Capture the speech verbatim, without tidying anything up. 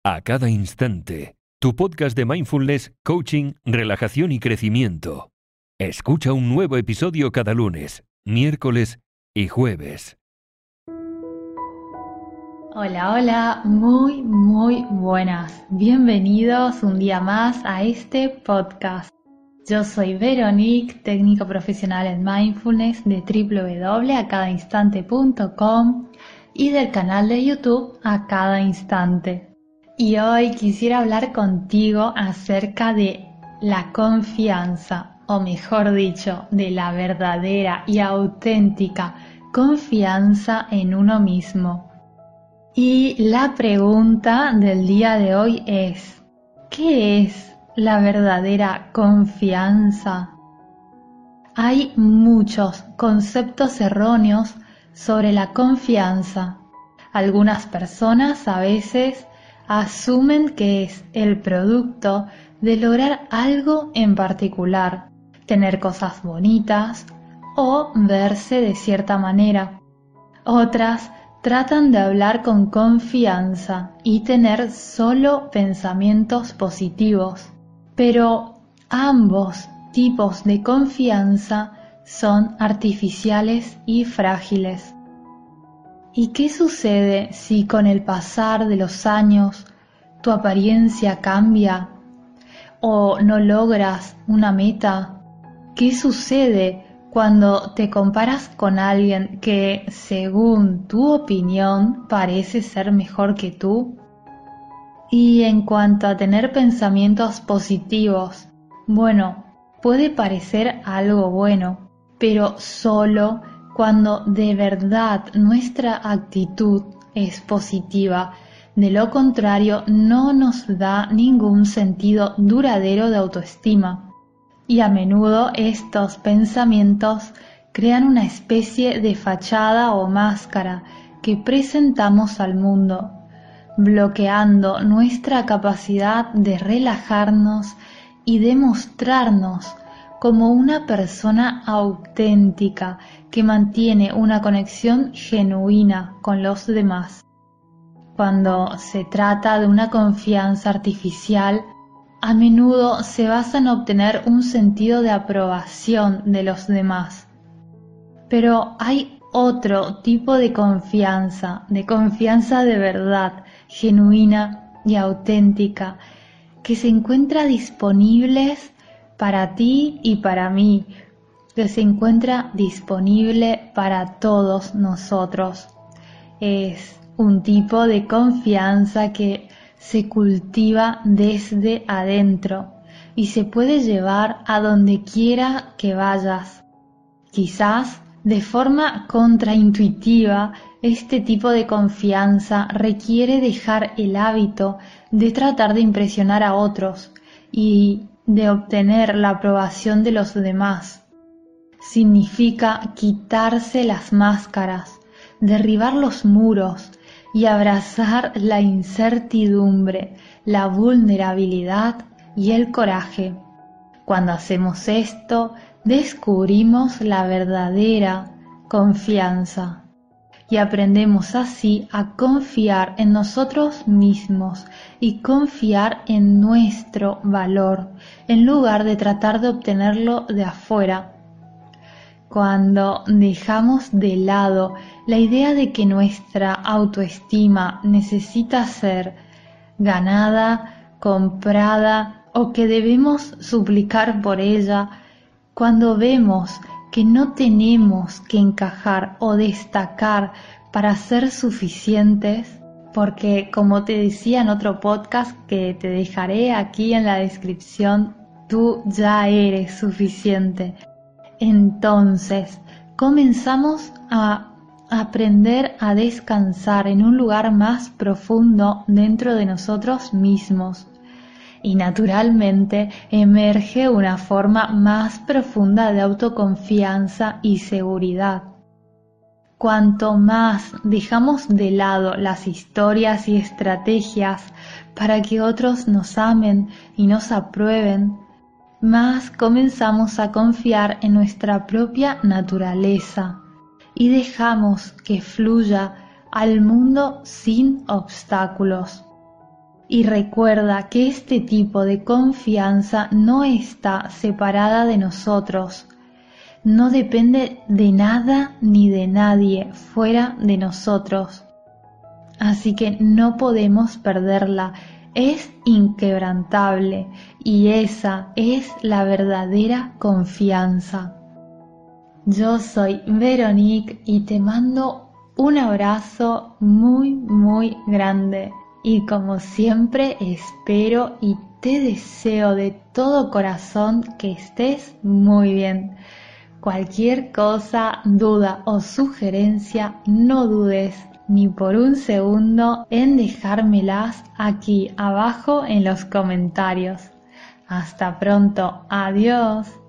A cada instante, tu podcast de mindfulness, coaching, relajación y crecimiento. Escucha un nuevo episodio cada lunes, miércoles y jueves. Hola, hola, muy, muy buenas. Bienvenidos un día más a este podcast. Yo soy Veronique, técnico profesional en mindfulness de doble u doble u doble u punto a cada instante punto com y del canal de YouTube A Cada Instante. Y hoy quisiera hablar contigo acerca de la confianza, o mejor dicho, de la verdadera y auténtica confianza en uno mismo. Y la pregunta del día de hoy es, ¿qué es la verdadera confianza? Hay muchos conceptos erróneos sobre la confianza. Algunas personas a veces asumen que es el producto de lograr algo en particular, tener cosas bonitas o verse de cierta manera. Otras tratan de hablar con confianza y tener solo pensamientos positivos, pero ambos tipos de confianza son artificiales y frágiles. ¿Y qué sucede si con el pasar de los años tu apariencia cambia o no logras una meta? ¿Qué sucede cuando te comparas con alguien que, según tu opinión, parece ser mejor que tú? Y en cuanto a tener pensamientos positivos, bueno, puede parecer algo bueno, pero solo cuando de verdad nuestra actitud es positiva. De lo contrario, no nos da ningún sentido duradero de autoestima. Y a menudo estos pensamientos crean una especie de fachada o máscara que presentamos al mundo, bloqueando nuestra capacidad de relajarnos y de mostrarnos como una persona auténtica que mantiene una conexión genuina con los demás. Cuando se trata de una confianza artificial, a menudo se basa en obtener un sentido de aprobación de los demás. Pero hay otro tipo de confianza, de confianza de verdad, genuina y auténtica, que se encuentra disponibles para ti y para mí, que se encuentra disponible para todos nosotros. Es un tipo de confianza que se cultiva desde adentro y se puede llevar a donde quiera que vayas. Quizás de forma contraintuitiva, este tipo de confianza requiere dejar el hábito de tratar de impresionar a otros y de obtener la aprobación de los demás. Significa quitarse las máscaras, derribar los muros y abrazar la incertidumbre, la vulnerabilidad y el coraje. Cuando hacemos esto, descubrimos la verdadera confianza y aprendemos así a confiar en nosotros mismos y confiar en nuestro valor, en lugar de tratar de obtenerlo de afuera. Cuando dejamos de lado la idea de que nuestra autoestima necesita ser ganada, comprada o que debemos suplicar por ella, cuando vemos que no tenemos que encajar o destacar para ser suficientes, porque como te decía en otro podcast que te dejaré aquí en la descripción, tú ya eres suficiente. Entonces, comenzamos a aprender a descansar en un lugar más profundo dentro de nosotros mismos. Y naturalmente emerge una forma más profunda de autoconfianza y seguridad. Cuanto más dejamos de lado las historias y estrategias para que otros nos amen y nos aprueben, más comenzamos a confiar en nuestra propia naturaleza y dejamos que fluya al mundo sin obstáculos. Y recuerda que este tipo de confianza no está separada de nosotros. No depende de nada ni de nadie fuera de nosotros. Así que no podemos perderla. Es inquebrantable y esa es la verdadera confianza. Yo soy Veronique y te mando un abrazo muy muy grande. Y como siempre espero y te deseo de todo corazón que estés muy bien. Cualquier cosa, duda o sugerencia, no dudes ni por un segundo en dejármelas aquí abajo en los comentarios. Hasta pronto, adiós.